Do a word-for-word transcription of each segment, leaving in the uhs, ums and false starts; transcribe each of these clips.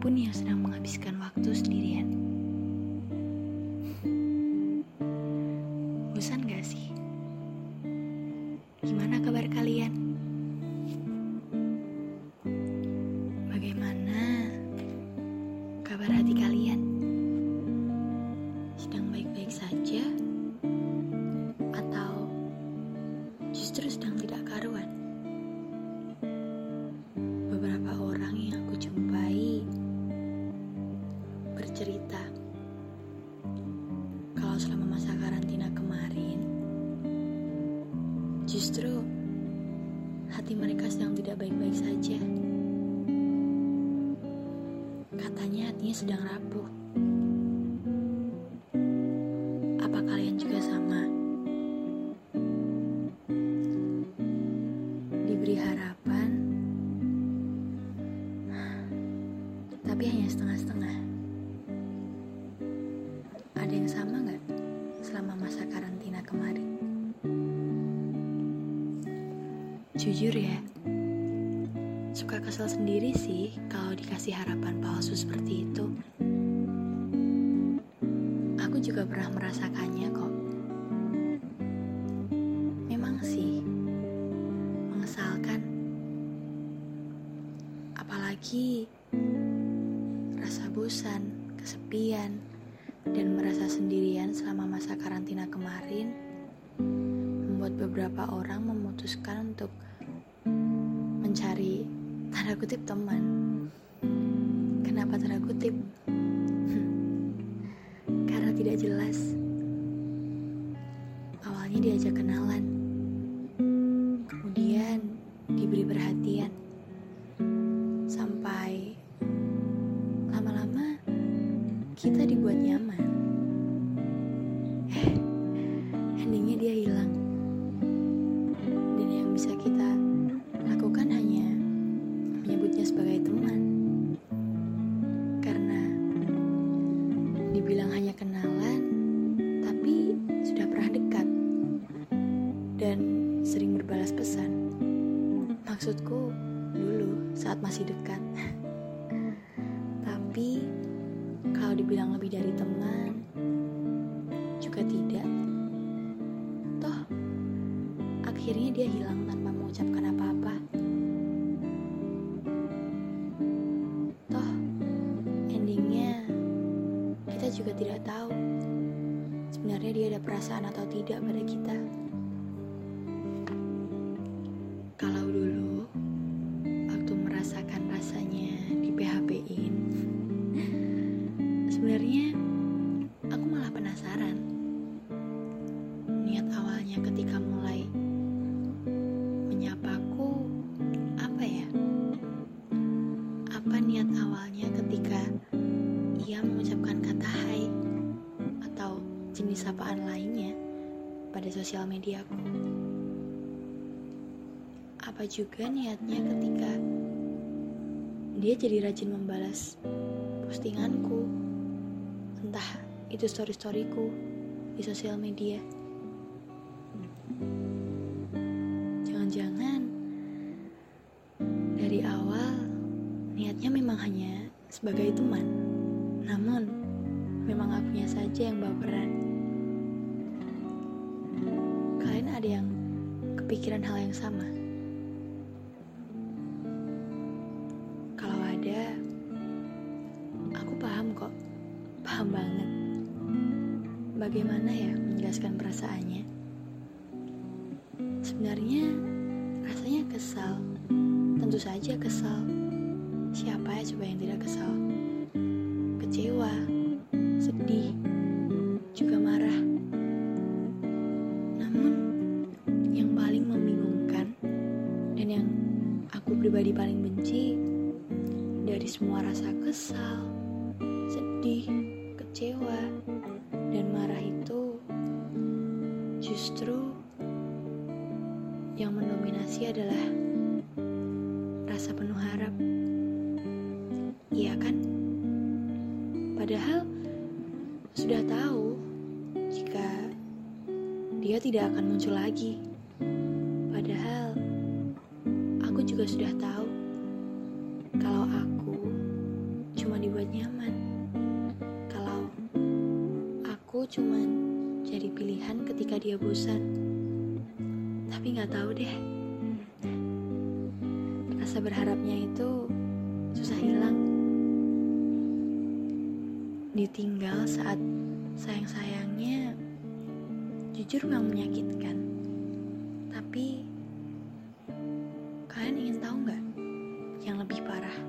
pun yang sedang menghabiskan waktu sendirian. Bosan gak sih? Gimana kabar kalian? Bagaimana kabar hati kalian? Sedang baik-baik saja? Atau justru sedang tidak karuan? Beberapa orang yang aku jumpai bercerita kalau selama masa karantina kemarin justru hati mereka sedang tidak baik-baik saja. Katanya hatinya sedang rapuh. Apa kalian juga sama? Diberi harapan, tapi hanya setengah-setengah. Ada yang sama gak selama masa karantina kemarin? Jujur ya, suka kesel sendiri sih kalau dikasih harapan palsu seperti itu. Aku juga pernah merasakannya kok. Memang sih, mengesalkan. Apalagi rasa bosan, kesepian, dan merasa sendirian selama masa karantina kemarin membuat beberapa orang memutuskan untuk mencari tanda kutip teman. Kenapa tanda kutip? Karena tidak jelas. Awalnya diajak kenalan, kemudian diberi perhatian, sampai lama-lama kita dibuat nyaman. Eh, endingnya dia hilang. Dan yang bisa kita lakukan hanya menyebutnya sebagai teman. Karena dibilang hanya kenalan, tapi sudah pernah dekat dan sering berbalas pesan. Maksudku dulu saat masih dekat. Tapi kalau dibilang lebih dari teman, juga tidak. Toh, akhirnya dia hilang tanpa mengucapkan apa-apa. Toh, endingnya kita juga tidak tahu sebenarnya dia ada perasaan atau tidak pada kita. Kalau dulu, waktu merasakan rasanya di P H P-in, sebenarnya aku malah penasaran. Niat awalnya ketika mulai menyapaku apa ya? Apa niat awalnya ketika ia mengucapkan kata hai atau jenis sapaan lainnya pada sosial mediaku? Apa juga niatnya ketika dia jadi rajin membalas postinganku, entah itu story-storyku di sosial media? Jangan-jangan dari awal niatnya memang hanya sebagai teman, namun memang akunya saja yang baperan. Kalian ada yang kepikiran hal yang sama? Kalau ada, aku paham kok, paham banget. Bagaimana ya menjelaskan perasaannya? Sebenarnya rasanya kesal, tentu saja kesal. Siapa ya coba yang tidak kesal? Kecewa, sedih, juga marah. Namun yang paling membingungkan dan yang aku pribadi paling benci dari semua rasa kesal, sedih, kecewa, dan marah itu justru yang mendominasi adalah rasa penuh harap. Iya kan? Padahal sudah tahu jika dia tidak akan muncul lagi. Padahal aku juga sudah tahu kalau aku cuma dibuat nyaman. Kalau aku cuma jadi pilihan ketika dia bosan. Tapi gak tahu deh, rasa berharapnya itu susah hilang. Ditinggal saat sayang-sayangnya jujur memang menyakitkan. Tapi kalian ingin tahu gak yang lebih parah?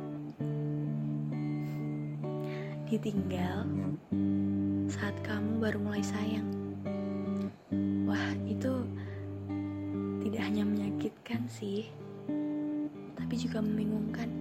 Ditinggal saat kamu baru mulai sayang. Wah, itu tidak hanya menyakitkan sih, tapi juga membingungkan.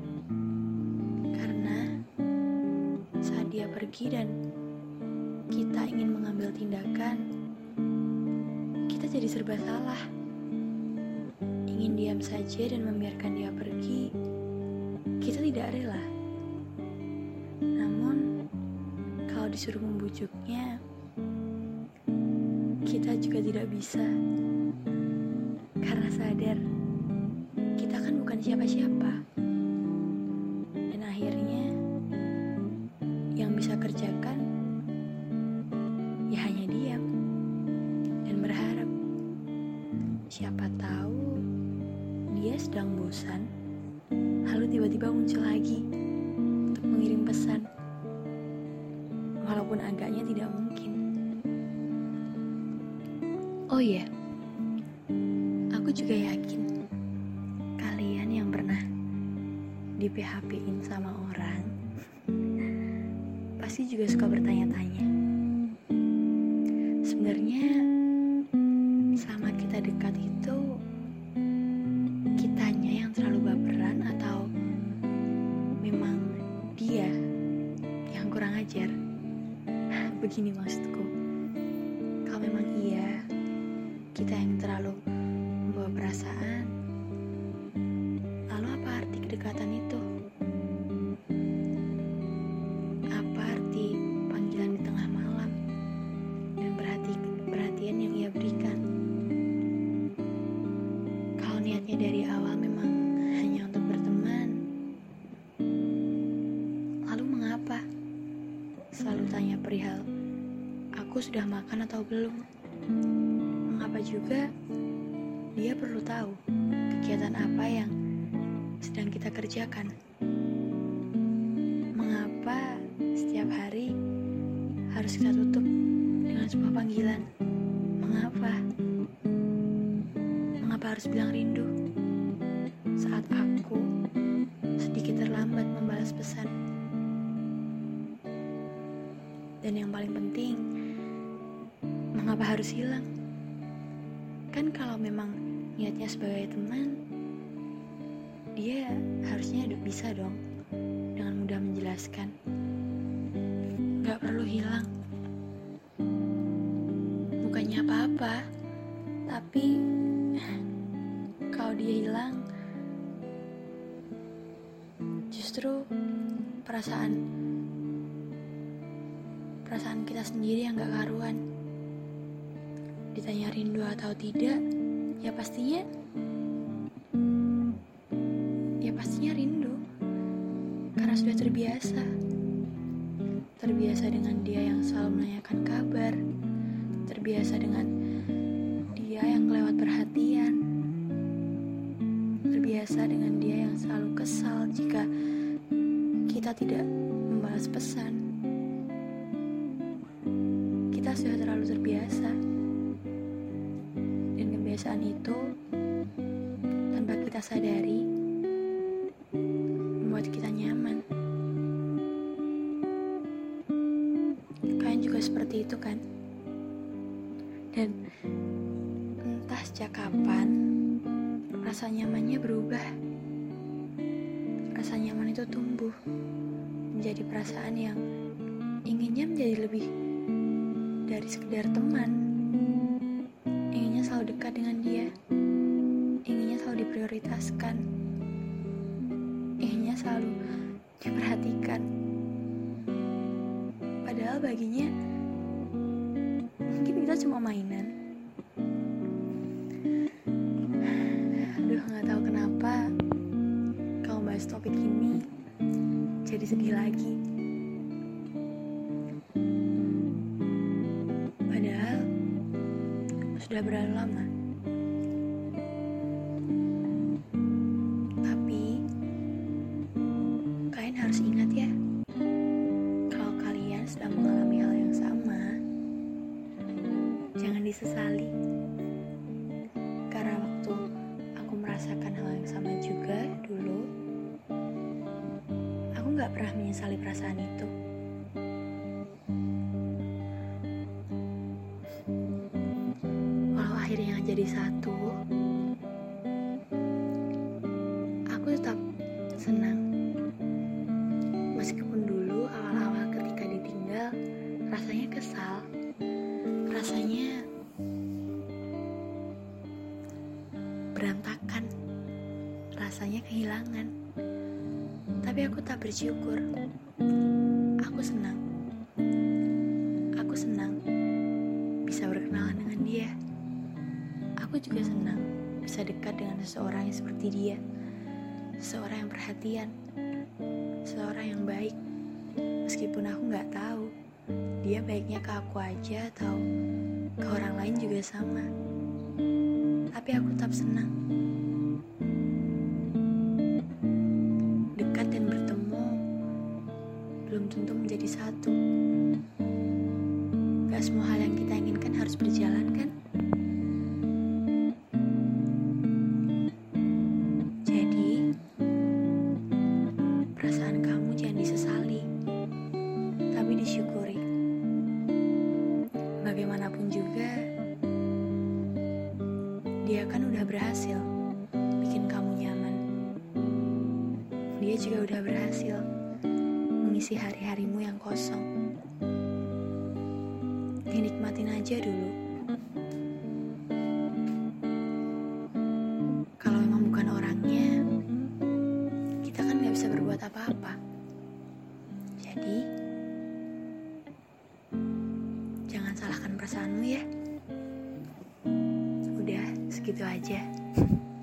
Karena saat dia pergi dan kita ingin mengambil tindakan, kita jadi serba salah. Ingin diam saja dan membiarkan dia pergi, kita tidak rela. Namun, kalau disuruh membujuknya, kita juga tidak bisa. Karena sadar, kita kan bukan siapa-siapa. Dan akhirnya, yang bisa kerjakan, ya hanya diam dan berharap. Siapa tahu dia sedang bosan, lalu tiba-tiba muncul lagi untuk mengirim pesan. Walaupun agaknya tidak mungkin. Oh iya, aku juga yakin kalian yang pernah di P H P-in sama orang pasti juga suka bertanya-tanya. Sebenarnya sama kita dekat itu kitanya yang terlalu baperan atau memang dia yang kurang ajar? Begini maksudku, kalau memang iya kita yang terlalu membawa perasaan, lalu apa arti kedekatan itu? Apa arti panggilan di tengah malam dan perhati perhatian yang ia berikan? Kalau niatnya dari awal memang hanya untuk berteman, lalu mengapa selalu tanya perihal aku sudah makan atau belum? Mengapa juga dia perlu tahu kegiatan apa yang sedang kita kerjakan? Mengapa setiap hari harus kita tutup dengan sebuah panggilan? Mengapa? Mengapa harus bilang rindu saat aku sedikit terlambat membalas pesan? Dan yang paling penting, mengapa harus hilang? Kan kalau memang niatnya sebagai teman, dia harusnya bisa dong dengan mudah menjelaskan. Gak perlu hilang. Bukannya apa-apa, tapi kalau dia hilang, justru perasaan perasaan kita sendiri yang gak karuan. Ditanya rindu atau tidak, ya pastinya ya pastinya rindu, karena sudah terbiasa terbiasa dengan dia yang selalu menanyakan kabar, terbiasa dengan dia yang kelewat perhatian, terbiasa dengan dia yang selalu kesal jika kita tidak membalas pesan. Kita sudah terlalu terbiasa. Dan kebiasaan itu tanpa kita sadari membuat kita nyaman. Kalian juga seperti itu kan? Dan entah sejak kapan rasa nyamannya berubah. Rasa nyaman itu tumbuh menjadi perasaan yang inginnya menjadi lebih dari sekedar teman. Inginnya selalu dekat dengan dia, inginnya selalu diprioritaskan, inginnya selalu diperhatikan. Padahal baginya mungkin kita cuma mainan. Aduh, gak tahu kenapa kalau bahas topik ini jadi sedih lagi. Padahal sudah berlalu lama. Tapi kalian harus ingat ya, kalau kalian sedang mengalami hal yang sama, jangan disesali. Karena waktu aku merasakan hal yang sama juga dulu, aku gak pernah menyesali perasaan itu. Walau akhirnya jadi satu, aku tetap senang. Meskipun dulu awal-awal ketika ditinggal, rasanya kesal, rasanya berantakan, rasanya kehilangan. Tapi aku tak bersyukur. Aku senang. Aku senang bisa berkenalan dengan dia. Aku juga senang bisa dekat dengan seseorang yang seperti dia. Seseorang yang perhatian, seseorang yang baik. Meskipun aku gak tahu dia baiknya ke aku aja atau ke orang lain juga sama. Tapi aku tetap senang. Dekat dan bertemu belum tentu menjadi satu. Gak semua hal yang kita inginkan harus berjalan, kan? Jadi perasaan kamu jangan disesali, tapi disyukuri. Bagaimanapun juga, dia kan udah berhasil bikin kamu nyaman. Dia juga udah berhasil mengisi hari-harimu yang kosong. Dinikmatin aja dulu. Kalau emang bukan orangnya, kita kan gak bisa berbuat apa-apa. Jadi jangan salahkan perasaanmu ya. Udah, segitu aja.